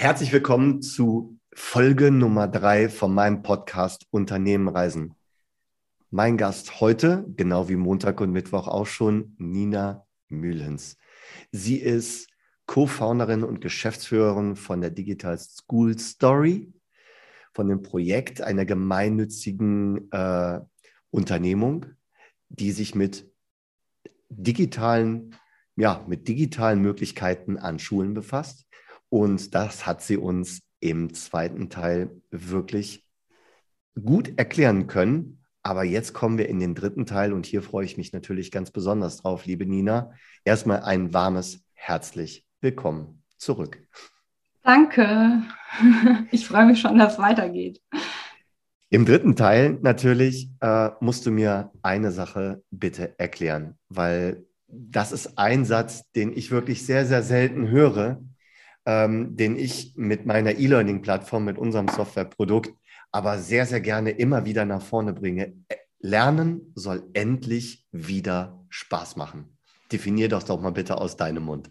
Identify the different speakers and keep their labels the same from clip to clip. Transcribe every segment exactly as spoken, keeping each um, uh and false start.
Speaker 1: Herzlich willkommen zu Folge Nummer drei von meinem Podcast Unternehmen Reisen. Mein Gast heute, genau wie Montag und Mittwoch auch schon, Nina Mühlens. Sie ist Co-Founderin und Geschäftsführerin von der Digital School Story, von dem Projekt einer gemeinnützigen äh, Unternehmung, die sich mit digitalen, ja, mit digitalen Möglichkeiten an Schulen befasst. Und das hat sie uns im zweiten Teil wirklich gut erklären können. Aber jetzt kommen wir in den dritten Teil und hier freue ich mich natürlich ganz besonders drauf, liebe Nina. Erstmal ein warmes, herzlich willkommen zurück.
Speaker 2: Danke. Ich freue mich schon, dass es weitergeht.
Speaker 1: Im dritten Teil natürlich äh, musst du mir eine Sache bitte erklären, weil das ist ein Satz, den ich wirklich sehr, sehr selten höre, ähm, den ich mit meiner E-Learning-Plattform, mit unserem Softwareprodukt, aber sehr, sehr gerne immer wieder nach vorne bringe. Lernen soll endlich wieder Spaß machen. Definier das doch mal bitte aus deinem Mund.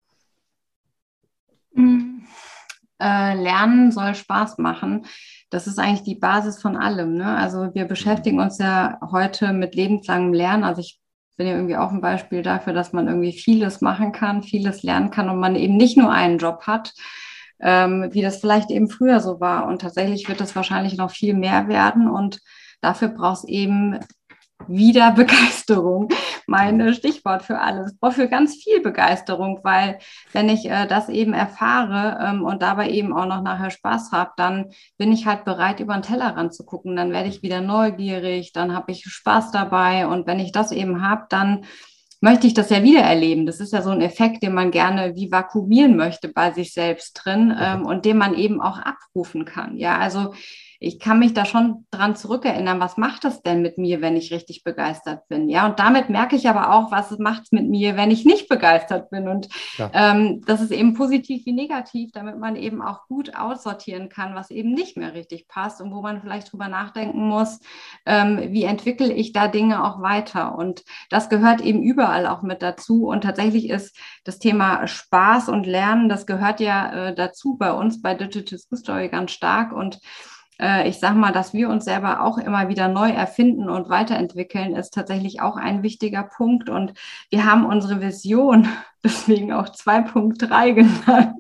Speaker 2: Mhm. Äh, Lernen soll Spaß machen. Das ist eigentlich die Basis von allem, ne? Also wir beschäftigen uns ja heute mit lebenslangem Lernen. Also ich bin ja irgendwie auch ein Beispiel dafür, dass man irgendwie vieles machen kann, vieles lernen kann und man eben nicht nur einen Job hat, ähm, wie das vielleicht eben früher so war. Und tatsächlich wird das wahrscheinlich noch viel mehr werden. Und dafür braucht es eben wieder Begeisterung, mein Stichwort für alles. Ich brauche für ganz viel Begeisterung, weil wenn ich äh, das eben erfahre ähm, und dabei eben auch noch nachher Spaß habe, dann bin ich halt bereit, über den Tellerrand zu gucken. Dann werde ich wieder neugierig, dann habe ich Spaß dabei und wenn ich das eben habe, dann möchte ich das ja wieder erleben. Das ist ja so ein Effekt, den man gerne wie vakuumieren möchte bei sich selbst drin ähm, und den man eben auch abrufen kann. Ja, also ich kann mich da schon dran zurückerinnern, was macht das denn mit mir, wenn ich richtig begeistert bin? Ja, und damit merke ich aber auch, was macht es mit mir, wenn ich nicht begeistert bin. Und
Speaker 1: Ja.
Speaker 2: ähm, das ist eben positiv wie negativ, damit man eben auch gut aussortieren kann, was eben nicht mehr richtig passt und wo man vielleicht drüber nachdenken muss, ähm, wie entwickle ich da Dinge auch weiter. Und das gehört eben überall auch mit dazu. Und tatsächlich ist das Thema Spaß und Lernen, das gehört ja äh, dazu bei uns bei Digital School Story ganz stark. Und ich sage mal, dass wir uns selber auch immer wieder neu erfinden und weiterentwickeln, ist tatsächlich auch ein wichtiger Punkt. Und wir haben unsere Vision deswegen auch zwei Punkt drei genannt,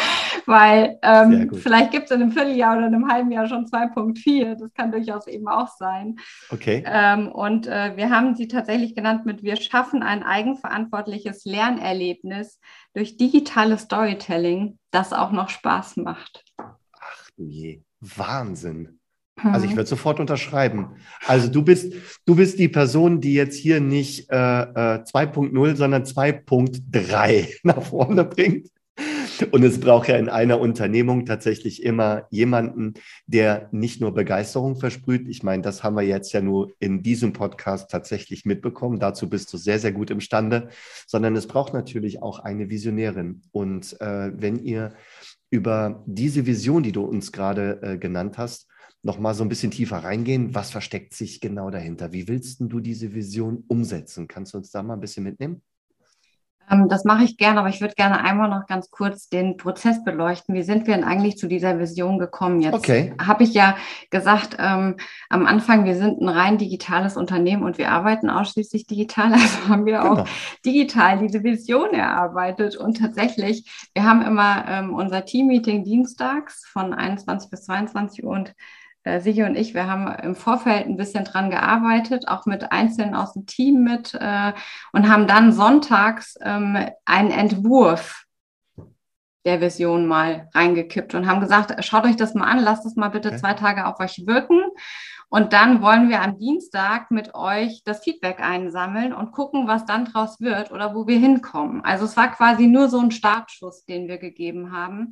Speaker 2: weil ähm, vielleicht gibt es in einem Vierteljahr oder einem halben Jahr schon zwei Punkt vier. Das kann durchaus eben auch sein.
Speaker 1: Okay.
Speaker 2: Ähm, und äh, wir haben sie tatsächlich genannt mit: Wir schaffen ein eigenverantwortliches Lernerlebnis durch digitales Storytelling, das auch noch Spaß macht.
Speaker 1: Ach du je. Wahnsinn. Also ich würde sofort unterschreiben. Also du bist, du bist die Person, die jetzt hier nicht äh, zwei Punkt null, sondern zwei Punkt drei nach vorne bringt. Und es braucht ja in einer Unternehmung tatsächlich immer jemanden, der nicht nur Begeisterung versprüht. Ich meine, das haben wir jetzt ja nur in diesem Podcast tatsächlich mitbekommen. Dazu bist du sehr, sehr gut imstande. Sondern es braucht natürlich auch eine Visionärin. Und äh, wenn ihr über diese Vision, die du uns gerade äh, genannt hast, noch mal so ein bisschen tiefer reingehen. Was versteckt sich genau dahinter? Wie willst du diese Vision umsetzen? Kannst du uns da mal ein bisschen mitnehmen?
Speaker 2: Ähm, das mache ich gerne, aber ich würde gerne einmal noch ganz kurz den Prozess beleuchten. Wie sind wir denn eigentlich zu dieser Vision gekommen? Jetzt
Speaker 1: okay.
Speaker 2: habe ich ja gesagt, ähm, am Anfang, wir sind ein rein digitales Unternehmen und wir arbeiten ausschließlich digital. Also haben wir
Speaker 1: Genau.
Speaker 2: auch digital diese Vision erarbeitet. Und tatsächlich, wir haben immer ähm, unser Team-Meeting dienstags von einundzwanzig bis zweiundzwanzig Uhr und Sigi und ich, wir haben im Vorfeld ein bisschen dran gearbeitet, auch mit Einzelnen aus dem Team mit äh, und haben dann sonntags ähm, einen Entwurf der Vision mal reingekippt und haben gesagt, schaut euch das mal an, lasst es mal bitte okay. zwei Tage auf euch wirken. Und dann wollen wir am Dienstag mit euch das Feedback einsammeln und gucken, was dann draus wird oder wo wir hinkommen. Also es war quasi nur so ein Startschuss, den wir gegeben haben.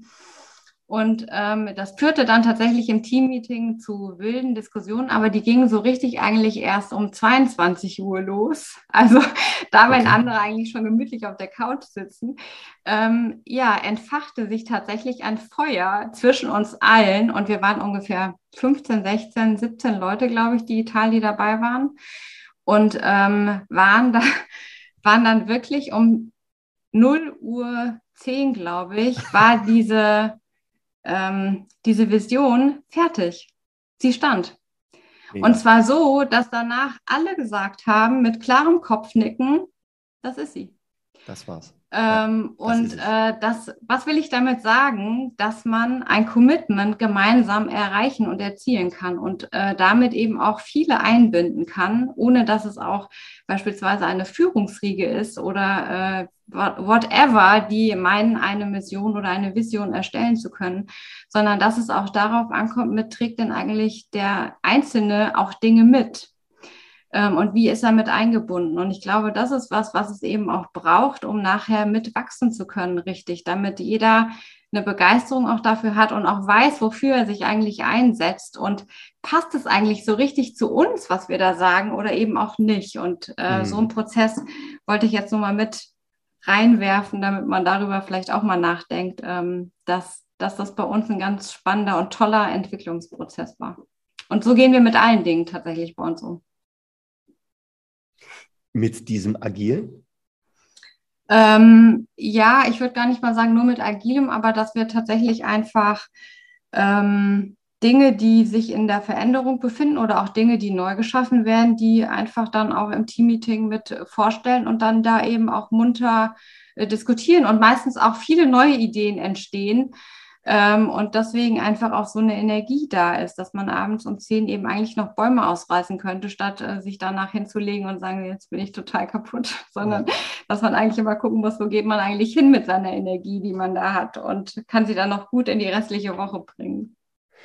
Speaker 2: Und ähm, das führte dann tatsächlich im Teammeeting zu wilden Diskussionen, aber die gingen so richtig eigentlich erst um zweiundzwanzig Uhr los. Also da, wenn okay. andere eigentlich schon gemütlich auf der Couch sitzen, ähm, ja, entfachte sich tatsächlich ein Feuer zwischen uns allen. Und wir waren ungefähr fünfzehn, sechzehn, siebzehn Leute, glaube ich, digital, die dabei waren. Und ähm, waren, da, waren dann wirklich um null Uhr zehn, glaube ich, war diese ähm, diese Vision fertig. Sie stand.
Speaker 1: Mega.
Speaker 2: Und zwar so, dass danach alle gesagt haben, mit klarem Kopfnicken, das ist sie.
Speaker 1: Das war's.
Speaker 2: Ähm,
Speaker 1: Ja, das
Speaker 2: und
Speaker 1: ist es.
Speaker 2: äh, das, was will ich damit sagen? Dass man ein Commitment gemeinsam erreichen und erzielen kann und äh, damit eben auch viele einbinden kann, ohne dass es auch beispielsweise eine Führungsriege ist oder äh, whatever, die meinen, eine Mission oder eine Vision erstellen zu können, sondern dass es auch darauf ankommt, mit trägt denn eigentlich der Einzelne auch Dinge mit? Und wie ist er mit eingebunden? Und ich glaube, das ist was, was es eben auch braucht, um nachher mitwachsen zu können, richtig, damit jeder eine Begeisterung auch dafür hat und auch weiß, wofür er sich eigentlich einsetzt. Und passt es eigentlich so richtig zu uns, was wir da sagen, oder eben auch nicht? Und äh, mhm. so einen Prozess wollte ich jetzt nur mal mit reinwerfen, damit man darüber vielleicht auch mal nachdenkt, ähm, dass, dass das bei uns ein ganz spannender und toller Entwicklungsprozess war. Und so gehen wir mit allen Dingen tatsächlich bei uns um.
Speaker 1: Mit diesem Agil?
Speaker 2: Ähm, ja, ich würde gar nicht mal sagen nur mit Agilem, aber dass wir tatsächlich einfach ähm, Dinge, die sich in der Veränderung befinden oder auch Dinge, die neu geschaffen werden, die einfach dann auch im Teammeeting mit vorstellen und dann da eben auch munter äh, diskutieren und meistens auch viele neue Ideen entstehen. Ähm, und deswegen einfach auch so eine Energie da ist, dass man abends um zehn eben eigentlich noch Bäume ausreißen könnte, statt äh, sich danach hinzulegen und sagen, jetzt bin ich total kaputt, sondern ja. dass man eigentlich immer gucken muss, wo geht man eigentlich hin mit seiner Energie, die man da hat und kann sie dann noch gut in die restliche Woche bringen.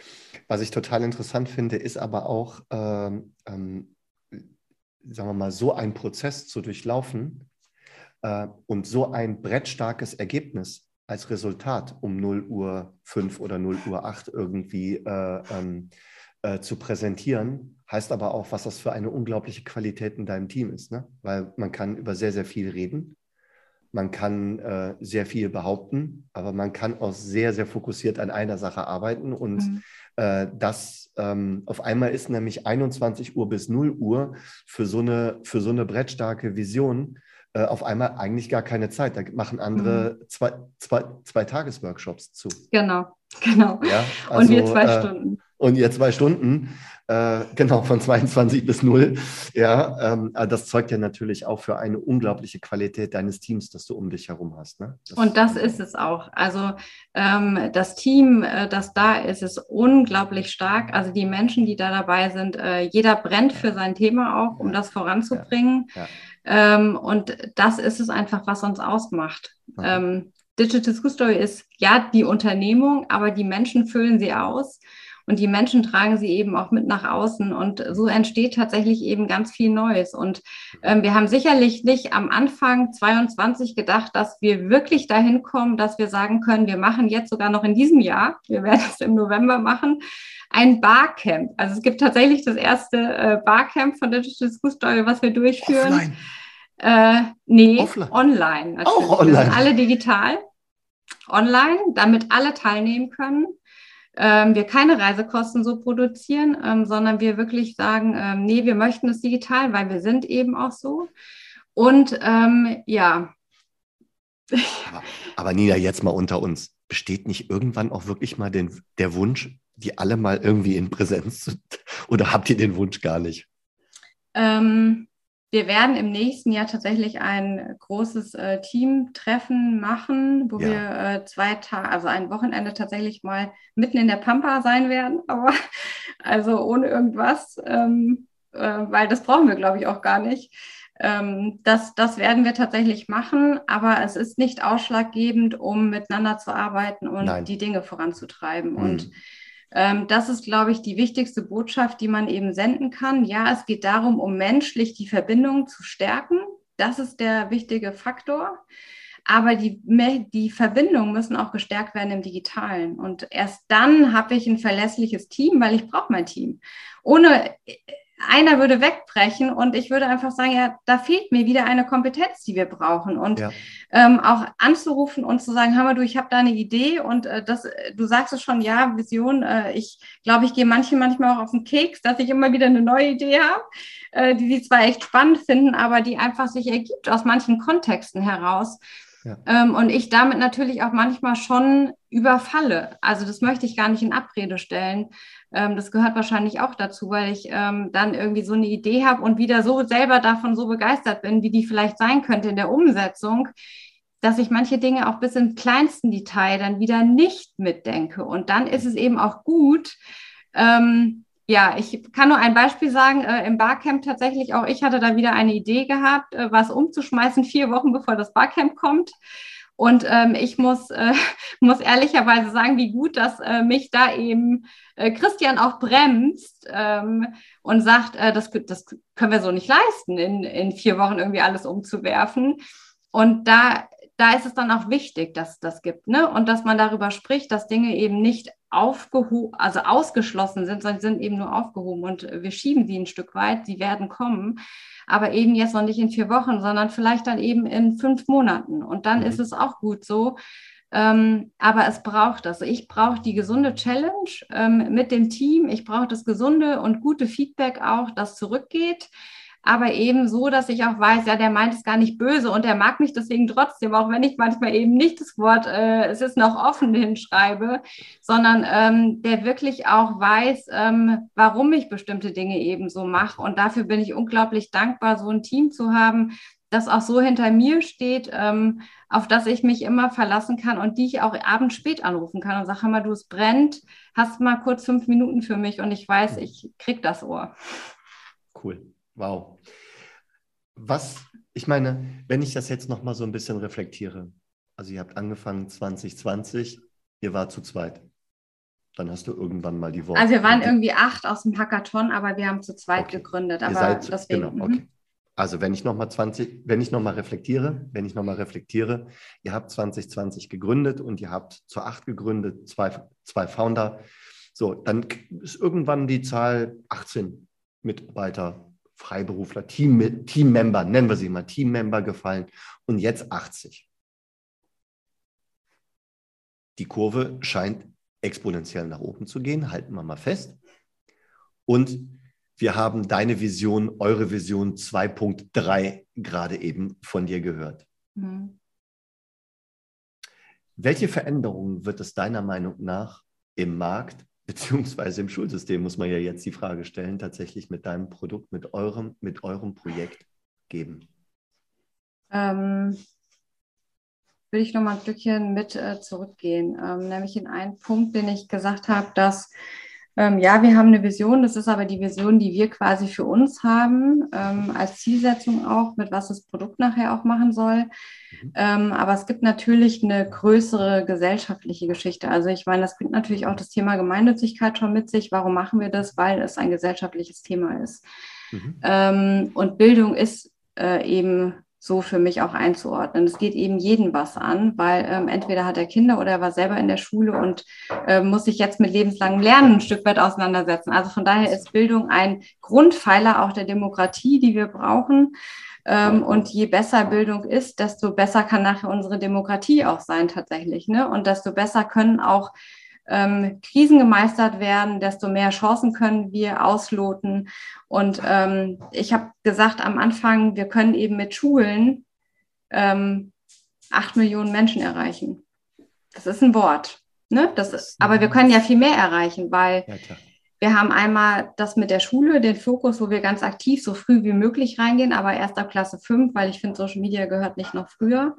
Speaker 1: Was ich total interessant finde, ist aber auch, ähm, ähm, sagen wir mal, so einen Prozess zu durchlaufen äh, und so ein brettstarkes Ergebnis als Resultat um null Uhr fünf oder null Uhr acht irgendwie äh, ähm, äh, zu präsentieren, heißt aber auch, was das für eine unglaubliche Qualität in deinem Team ist, ne? Weil man kann über sehr, sehr viel reden, man kann äh, sehr viel behaupten, aber man kann auch sehr, sehr fokussiert an einer Sache arbeiten und mhm. äh, das ähm, auf einmal ist nämlich einundzwanzig Uhr bis null Uhr für so eine, für so eine brettstarke Vision auf einmal eigentlich gar keine Zeit. Da machen andere mhm. zwei, zwei, zwei Tagesworkshops zu.
Speaker 2: Genau, genau.
Speaker 1: Ja, also,
Speaker 2: und wir zwei
Speaker 1: äh,
Speaker 2: Stunden.
Speaker 1: Und ihr zwei Stunden, äh, genau, von zweiundzwanzig bis null. Ja, ähm, das zeugt ja natürlich auch für eine unglaubliche Qualität deines Teams, das du um dich herum hast. Ne?
Speaker 2: Das und das ist es auch. Also ähm, das Team, äh, das da ist, ist unglaublich stark. Also die Menschen, die da dabei sind, äh, jeder brennt für sein Thema auch, um ja. das voranzubringen. Ja. Ja. Ähm, und das ist es einfach, was uns ausmacht. Okay. Ähm, Digital School Story ist ja die Unternehmung, aber die Menschen füllen sie aus. Und die Menschen tragen sie eben auch mit nach außen. Und so entsteht tatsächlich eben ganz viel Neues. Und ähm, wir haben sicherlich nicht am Anfang zweiundzwanzig gedacht, dass wir wirklich dahin kommen, dass wir sagen können, wir machen jetzt sogar noch in diesem Jahr, wir werden es im November machen, ein Barcamp. Also es gibt tatsächlich das erste äh, Barcamp von Digital School Story, was wir durchführen.
Speaker 1: Offline?
Speaker 2: Äh, nee,
Speaker 1: Offline.
Speaker 2: online natürlich.
Speaker 1: Auch online.
Speaker 2: Wir sind alle digital, online, damit alle teilnehmen können. Ähm, wir keine Reisekosten so produzieren, ähm, sondern wir wirklich sagen, ähm, nee, wir möchten es digital, weil wir sind eben auch so. Und ähm, ja.
Speaker 1: Aber, aber Nina, jetzt mal unter uns. Besteht nicht irgendwann auch wirklich mal den, der Wunsch, die alle mal irgendwie in Präsenz zu, oder habt ihr den Wunsch gar nicht?
Speaker 2: Ähm, wir werden im nächsten Jahr tatsächlich ein großes äh, Teamtreffen machen, wo ja. wir äh, zwei Tage, also ein Wochenende tatsächlich mal mitten in der Pampa sein werden, aber also ohne irgendwas, ähm, äh, weil das brauchen wir, glaube ich, auch gar nicht. Ähm, das, das werden wir tatsächlich machen, aber es ist nicht ausschlaggebend, um miteinander zu arbeiten und Nein. die Dinge voranzutreiben. Mhm. Und ähm, das ist, glaube ich, die wichtigste Botschaft, die man eben senden kann. Ja, es geht darum, um menschlich die Verbindung zu stärken. Das ist der wichtige Faktor. Aber die, die Verbindungen müssen auch gestärkt werden im Digitalen. Und erst dann habe ich ein verlässliches Team, weil ich brauche mein Team. Ohne einer würde wegbrechen und ich würde einfach sagen, ja, da fehlt mir wieder eine Kompetenz, die wir brauchen. Und ja. ähm, auch anzurufen und zu sagen, hör mal, du, ich habe da eine Idee und äh, das, du sagst es schon, ja, Vision. Äh, ich glaube, ich gehe manchen manchmal auch auf den Keks, dass ich immer wieder eine neue Idee habe, äh, die sie zwar echt spannend finden, aber die einfach sich ergibt aus manchen Kontexten heraus.
Speaker 1: Ja.
Speaker 2: Ähm, und ich damit natürlich auch manchmal schon überfalle. Also das möchte ich gar nicht in Abrede stellen. Ähm, das gehört wahrscheinlich auch dazu, weil ich ähm, dann irgendwie so eine Idee habe und wieder so selber davon so begeistert bin, wie die vielleicht sein könnte in der Umsetzung, dass ich manche Dinge auch bis im kleinsten Detail dann wieder nicht mitdenke. Und dann ist es eben auch gut, ähm, ja, ich kann nur ein Beispiel sagen, äh, im Barcamp tatsächlich auch, ich hatte da wieder eine Idee gehabt, äh, was umzuschmeißen, vier Wochen bevor das Barcamp kommt. Und ähm, ich muss, äh, muss ehrlicherweise sagen, wie gut, dass äh, mich da eben äh, Christian auch bremst ähm, und sagt, äh, das, das können wir so nicht leisten, in, in vier Wochen irgendwie alles umzuwerfen. Und da, da ist es dann auch wichtig, dass es das gibt, ne? Und dass man darüber spricht, dass Dinge eben nicht aufgehoben, also ausgeschlossen sind, sondern sind eben nur aufgehoben und wir schieben sie ein Stück weit, sie werden kommen, aber eben jetzt noch nicht in vier Wochen, sondern vielleicht dann eben in fünf Monaten und dann mhm. ist es auch gut so, ähm, aber es braucht das. Ich brauche die gesunde Challenge ähm, mit dem Team, ich brauche das gesunde und gute Feedback auch, das zurückgeht, aber eben so, dass ich auch weiß, ja, der meint es gar nicht böse und der mag mich deswegen trotzdem, auch wenn ich manchmal eben nicht das Wort, äh, es ist noch offen hinschreibe, sondern ähm, der wirklich auch weiß, ähm, warum ich bestimmte Dinge eben so mache. Und dafür bin ich unglaublich dankbar, so ein Team zu haben, das auch so hinter mir steht, ähm, auf das ich mich immer verlassen kann und die ich auch abends spät anrufen kann und sage, hör mal, du, es brennt, hast mal kurz fünf Minuten für mich und ich weiß, ich krieg das Ohr.
Speaker 1: Cool. Wow. Was, ich meine, wenn ich das jetzt nochmal so ein bisschen reflektiere, also ihr habt angefangen zwanzig zwanzig, ihr wart zu zweit. Dann hast du irgendwann mal die Worte.
Speaker 2: Also wir waren irgendwie acht aus dem Hackathon, aber wir haben zu zweit okay. gegründet. Aber
Speaker 1: ihr seid,
Speaker 2: deswegen,
Speaker 1: genau, okay. Also wenn ich nochmal zwanzig, wenn ich nochmal reflektiere, wenn ich nochmal reflektiere, ihr habt zwanzig zwanzig gegründet und ihr habt zu acht gegründet, zwei, zwei Founder. So, dann ist irgendwann die Zahl achtzehn Mitarbeiter, Freiberufler, Team, Teammember, nennen wir sie mal, Teammember gefallen und jetzt achtzig. Die Kurve scheint exponentiell nach oben zu gehen, halten wir mal fest. Und wir haben deine Vision, eure Vision zwei Punkt drei gerade eben von dir gehört. Mhm. Welche Veränderungen wird es deiner Meinung nach im Markt beziehungsweise im Schulsystem, muss man ja jetzt die Frage stellen, tatsächlich mit deinem Produkt, mit eurem, mit eurem Projekt geben?
Speaker 2: Ähm, will ich noch mal ein Stückchen mit äh, zurückgehen, ähm, nämlich in einen Punkt, den ich gesagt habe, dass ähm, ja, wir haben eine Vision, das ist aber die Vision, die wir quasi für uns haben, ähm, als Zielsetzung auch, mit was das Produkt nachher auch machen soll. Mhm. Ähm, aber es gibt natürlich eine größere gesellschaftliche Geschichte. Also ich meine, das bringt natürlich auch das Thema Gemeinnützigkeit schon mit sich. Warum machen wir das? Weil es ein gesellschaftliches Thema ist. Mhm. Ähm, und Bildung ist äh, eben so für mich auch einzuordnen. Es geht eben jeden was an, weil ähm, entweder hat er Kinder oder er war selber in der Schule und äh, muss sich jetzt mit lebenslangem Lernen ein Stück weit auseinandersetzen. Also von daher ist Bildung ein Grundpfeiler auch der Demokratie, die wir brauchen. Ähm, und je besser Bildung ist, desto besser kann nachher unsere Demokratie auch sein tatsächlich, ne? Und desto besser können auch ähm, Krisen gemeistert werden, desto mehr Chancen können wir ausloten. Und ähm, ich habe gesagt am Anfang, wir können eben mit Schulen ähm, acht Millionen Menschen erreichen. Das ist ein Wort, ne? Das ist, aber wir können ja viel mehr erreichen, weil ja, wir haben einmal das mit der Schule, den Fokus, wo wir ganz aktiv so früh wie möglich reingehen, aber erst ab Klasse fünf, weil ich finde, Social Media gehört nicht noch früher.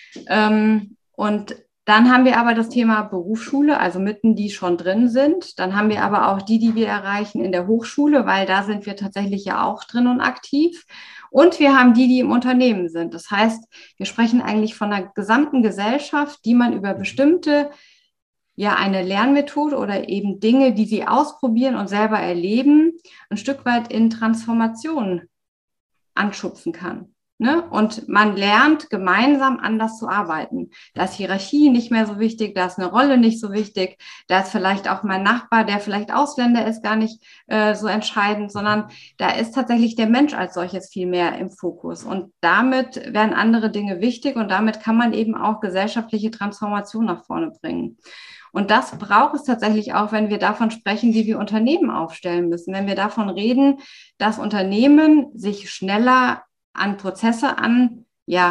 Speaker 2: Ähm, und dann haben wir aber das Thema Berufsschule, also mitten die schon drin sind. Dann haben wir aber auch die, die wir erreichen in der Hochschule, weil da sind wir tatsächlich ja auch drin und aktiv. Und wir haben die, die im Unternehmen sind. Das heißt, wir sprechen eigentlich von einer gesamten Gesellschaft, die man über bestimmte, ja, eine Lernmethode oder eben Dinge, die sie ausprobieren und selber erleben, ein Stück weit in Transformation anschubsen kann. Ne? Und man lernt gemeinsam anders zu arbeiten. Da ist Hierarchie nicht mehr so wichtig, da ist eine Rolle nicht so wichtig, da ist vielleicht auch mein Nachbar, der vielleicht Ausländer ist, gar nicht äh, so entscheidend, sondern da ist tatsächlich der Mensch als solches viel mehr im Fokus. Und damit werden andere Dinge wichtig und damit kann man eben auch gesellschaftliche Transformation nach vorne bringen. Und das braucht es tatsächlich auch, wenn wir davon sprechen, wie wir Unternehmen aufstellen müssen. Wenn wir davon reden, dass Unternehmen sich schneller an Prozesse an, ja,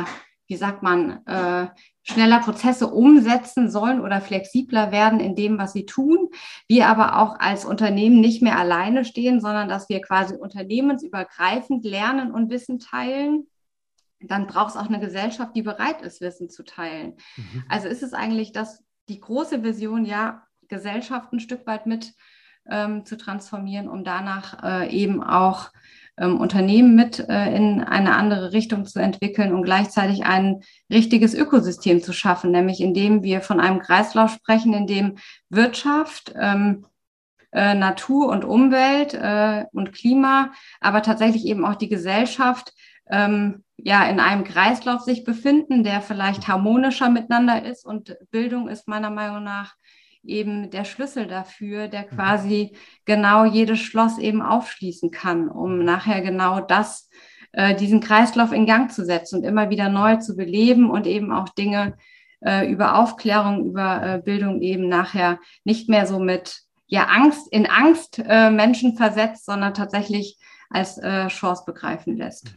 Speaker 2: wie sagt man, äh, schneller Prozesse umsetzen sollen oder flexibler werden in dem, was sie tun. Wir aber auch als Unternehmen nicht mehr alleine stehen, sondern dass wir quasi unternehmensübergreifend lernen und Wissen teilen. Dann braucht es auch eine Gesellschaft, die bereit ist, Wissen zu teilen. Mhm. Also ist es eigentlich das, die große Vision, ja, Gesellschaft ein Stück weit mit ähm, zu transformieren, um danach äh, eben auch ähm, Unternehmen mit äh, in eine andere Richtung zu entwickeln und gleichzeitig ein richtiges Ökosystem zu schaffen, nämlich indem wir von einem Kreislauf sprechen, in dem Wirtschaft, ähm, äh, Natur und Umwelt äh, und Klima, aber tatsächlich eben auch die Gesellschaft ähm, ja in einem Kreislauf sich befinden, der vielleicht harmonischer miteinander ist, und Bildung ist meiner Meinung nach eben der Schlüssel dafür, der quasi genau jedes Schloss eben aufschließen kann, um nachher genau das, äh, diesen Kreislauf in Gang zu setzen und immer wieder neu zu beleben und eben auch Dinge äh, über Aufklärung, über äh, Bildung eben nachher nicht mehr so mit ja Angst, in Angst äh, Menschen versetzt, sondern tatsächlich als äh, Chance begreifen lässt.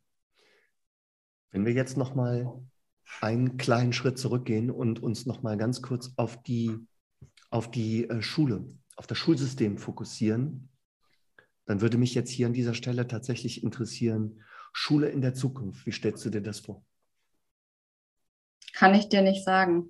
Speaker 1: Wenn wir jetzt nochmal einen kleinen Schritt zurückgehen und uns nochmal ganz kurz auf die auf die äh, Schule, auf das Schulsystem fokussieren, dann würde mich jetzt hier an dieser Stelle tatsächlich interessieren, Schule in der Zukunft, wie stellst du dir das vor?
Speaker 2: Kann ich dir nicht sagen.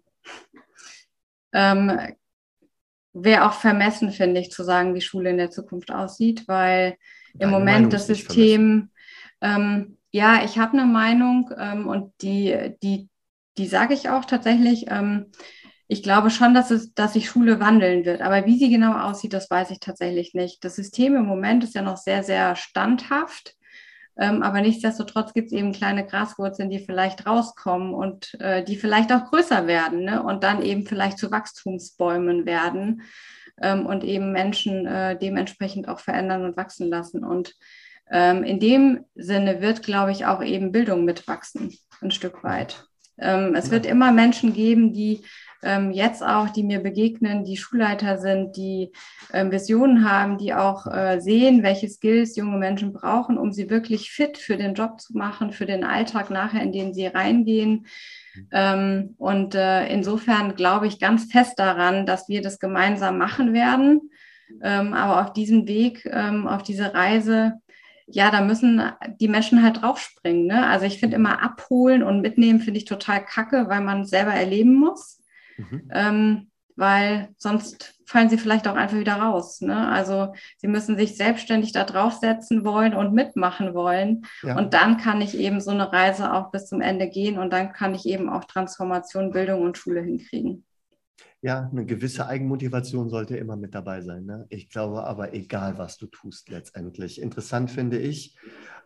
Speaker 2: Ähm, wäre auch vermessen, finde ich, zu sagen, wie Schule in der Zukunft aussieht, weil Deine im Moment Meinung das System, ähm, ja, ich habe eine Meinung ähm, und die, die, die sage ich auch tatsächlich, ähm, ich glaube schon, dass, es, dass sich Schule wandeln wird. Aber wie sie genau aussieht, das weiß ich tatsächlich nicht. Das System im Moment ist ja noch sehr, sehr standhaft. Ähm, aber nichtsdestotrotz gibt es eben kleine Graswurzeln, die vielleicht rauskommen und äh, die vielleicht auch größer werden, ne? Und dann eben vielleicht zu Wachstumsbäumen werden ähm, und eben Menschen äh, dementsprechend auch verändern und wachsen lassen. Und ähm, in dem Sinne wird, glaube ich, auch eben Bildung mitwachsen, ein Stück weit. Ähm, es ja. wird immer Menschen geben, die ähm, jetzt auch, die mir begegnen, die Schulleiter sind, die ähm, Visionen haben, die auch äh, sehen, welche Skills junge Menschen brauchen, um sie wirklich fit für den Job zu machen, für den Alltag nachher, in den sie reingehen. Ähm, und äh, insofern glaube ich ganz fest daran, dass wir das gemeinsam machen werden. Ähm, aber auf diesem Weg, ähm, auf diese Reise, ja, da müssen die Menschen halt draufspringen. Ne? Also ich finde immer abholen und mitnehmen finde ich total kacke, weil man es selber erleben muss. Mhm. Ähm, weil sonst fallen sie vielleicht auch einfach wieder raus. Ne? Also sie müssen sich selbstständig da draufsetzen wollen und mitmachen wollen. Ja. Und dann kann ich eben so eine Reise auch bis zum Ende gehen und dann kann ich eben auch Transformation, Bildung und Schule hinkriegen.
Speaker 1: Ja, eine gewisse Eigenmotivation sollte immer mit dabei sein. Ne? Ich glaube aber, egal was du tust letztendlich. Interessant finde ich,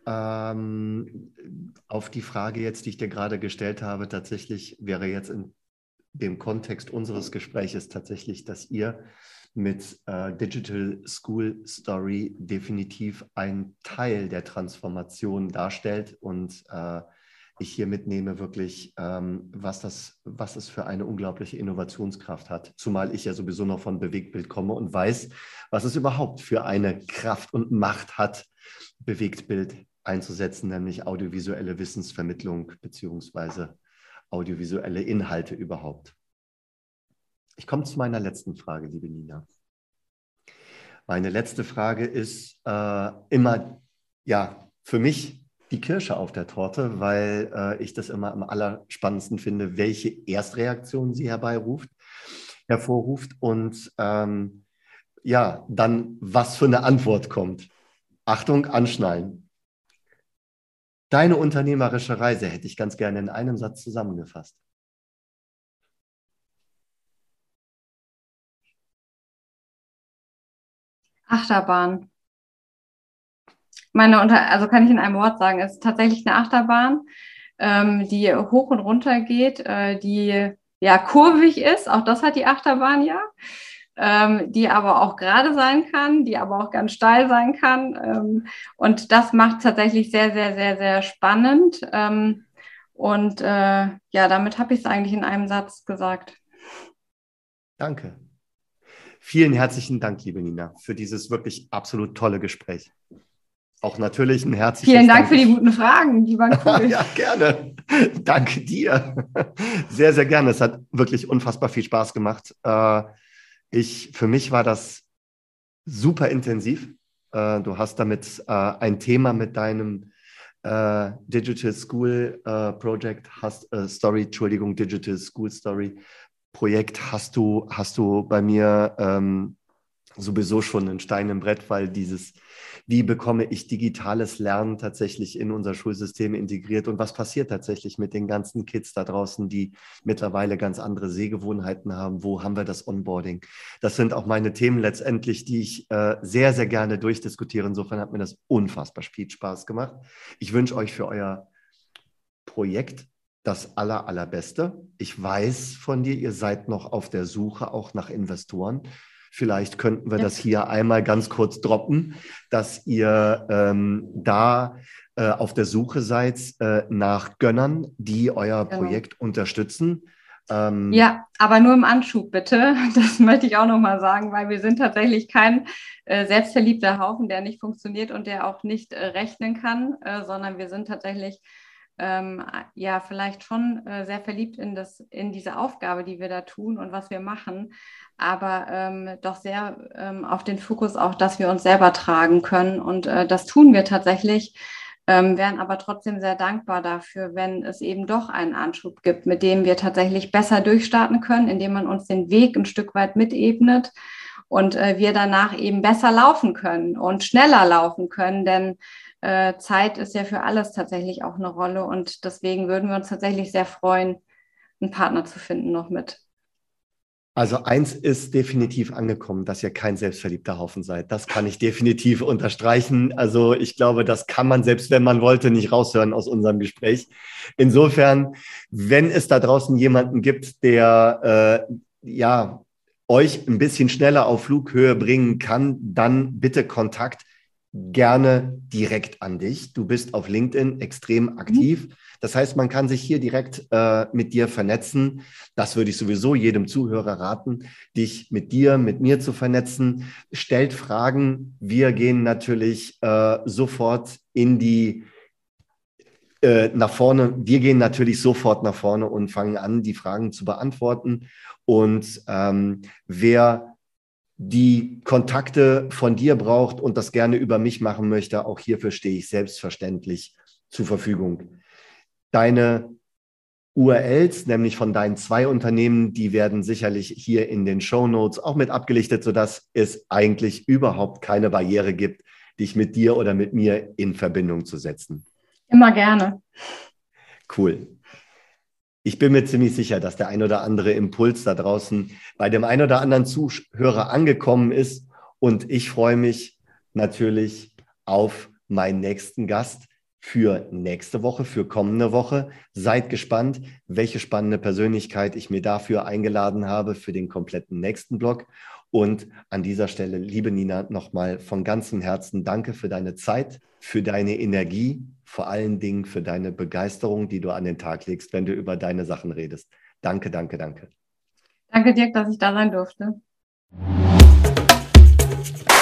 Speaker 1: ähm, auf die Frage jetzt, die ich dir gerade gestellt habe, tatsächlich wäre jetzt in dem Kontext unseres Gespräches tatsächlich, dass ihr mit äh, Digital School Story definitiv einen Teil der Transformation darstellt und äh, ich hier mitnehme wirklich, ähm, was das, was es für eine unglaubliche Innovationskraft hat. Zumal ich ja sowieso noch von Bewegtbild komme und weiß, was es überhaupt für eine Kraft und Macht hat, Bewegtbild einzusetzen, nämlich audiovisuelle Wissensvermittlung beziehungsweise audiovisuelle Inhalte überhaupt. Ich komme zu meiner letzten Frage, liebe Nina. Meine letzte Frage ist äh, immer, ja, für mich die Kirsche auf der Torte, weil äh, ich das immer am allerspannendsten finde, welche Erstreaktion sie herbeiruft, hervorruft und ähm, ja, dann was für eine Antwort kommt. Achtung, anschnallen. Deine unternehmerische Reise hätte ich ganz gerne in einem Satz zusammengefasst.
Speaker 2: Achterbahn. Meine Unter also kann ich in einem Wort sagen, es ist tatsächlich eine Achterbahn, ähm, die hoch und runter geht, äh, die ja kurvig ist, auch das hat die Achterbahn ja, ähm, die aber auch gerade sein kann, die aber auch ganz steil sein kann. Ähm, und das macht tatsächlich sehr, sehr, sehr, sehr spannend. Ähm, und äh, ja, damit habe ich es eigentlich in einem Satz gesagt.
Speaker 1: Danke. Vielen herzlichen Dank, liebe Nina, für dieses wirklich absolut tolle Gespräch. Auch natürlich ein herzliches
Speaker 2: Vielen Dank für die guten Fragen, die waren cool.
Speaker 1: Ja, gerne. Danke dir. Sehr, sehr gerne. Es hat wirklich unfassbar viel Spaß gemacht. Ich, für mich war das super intensiv. Du hast damit ein Thema mit deinem Digital School Project, hast, Story, Entschuldigung, Digital School Story Projekt hast du, hast du bei mir ähm, sowieso schon ein Stein im Brett, weil dieses, wie bekomme ich digitales Lernen tatsächlich in unser Schulsystem integriert und was passiert tatsächlich mit den ganzen Kids da draußen, die mittlerweile ganz andere Sehgewohnheiten haben, wo haben wir das Onboarding? Das sind auch meine Themen letztendlich, die ich äh, sehr, sehr gerne durchdiskutiere. Insofern hat mir das unfassbar viel Spaß gemacht. Ich wünsche euch für euer Projekt das aller, allerbeste. Ich weiß von dir, ihr seid noch auf der Suche auch nach Investoren. Vielleicht könnten wir ja. das hier einmal ganz kurz droppen, dass ihr ähm, da äh, auf der Suche seid äh, nach Gönnern, die euer genau. Projekt unterstützen.
Speaker 2: Ähm, ja, aber nur im Anschub bitte. Das möchte ich auch nochmal sagen, weil wir sind tatsächlich kein äh, selbstverliebter Haufen, der nicht funktioniert und der auch nicht äh, rechnen kann, äh, sondern wir sind tatsächlich Ähm, ja, vielleicht schon äh, sehr verliebt in, das, in diese Aufgabe, die wir da tun und was wir machen, aber ähm, doch sehr ähm, auf den Fokus auch, dass wir uns selber tragen können und äh, das tun wir tatsächlich, ähm, wären aber trotzdem sehr dankbar dafür, wenn es eben doch einen Anschub gibt, mit dem wir tatsächlich besser durchstarten können, indem man uns den Weg ein Stück weit mitebnet und äh, wir danach eben besser laufen können und schneller laufen können, denn Äh, Zeit ist ja für alles tatsächlich auch eine Rolle und deswegen würden wir uns tatsächlich sehr freuen, einen Partner zu finden noch mit.
Speaker 1: Also eins ist definitiv angekommen, dass ihr kein selbstverliebter Haufen seid. Das kann ich definitiv unterstreichen. Also ich glaube, das kann man, selbst wenn man wollte, nicht raushören aus unserem Gespräch. Insofern, wenn es da draußen jemanden gibt, der äh, ja euch ein bisschen schneller auf Flughöhe bringen kann, dann bitte Kontakt. Gerne direkt an dich. Du bist auf LinkedIn extrem aktiv. Das heißt, man kann sich hier direkt äh, mit dir vernetzen. Das würde ich sowieso jedem Zuhörer raten, dich mit dir, mit mir zu vernetzen. Stellt Fragen. Wir gehen natürlich äh, sofort in die äh, nach vorne. Wir gehen natürlich sofort nach vorne und fangen an, die Fragen zu beantworten. Und ähm, wer die Kontakte von dir braucht und das gerne über mich machen möchte, auch hierfür stehe ich selbstverständlich zur Verfügung. Deine U R Ls, nämlich von deinen zwei Unternehmen, die werden sicherlich hier in den Shownotes auch mit abgelichtet, sodass es eigentlich überhaupt keine Barriere gibt, dich mit dir oder mit mir in Verbindung zu setzen.
Speaker 2: Immer gerne.
Speaker 1: Cool. Ich bin mir ziemlich sicher, dass der ein oder andere Impuls da draußen bei dem ein oder anderen Zuhörer angekommen ist. Und ich freue mich natürlich auf meinen nächsten Gast für nächste Woche, für kommende Woche. Seid gespannt, welche spannende Persönlichkeit ich mir dafür eingeladen habe für den kompletten nächsten Blog. Und an dieser Stelle, liebe Nina, nochmal von ganzem Herzen danke für deine Zeit, für deine Energie, vor allen Dingen für deine Begeisterung, die du an den Tag legst, wenn du über deine Sachen redest. Danke, danke, danke.
Speaker 2: Danke, Dirk, dass ich da sein durfte.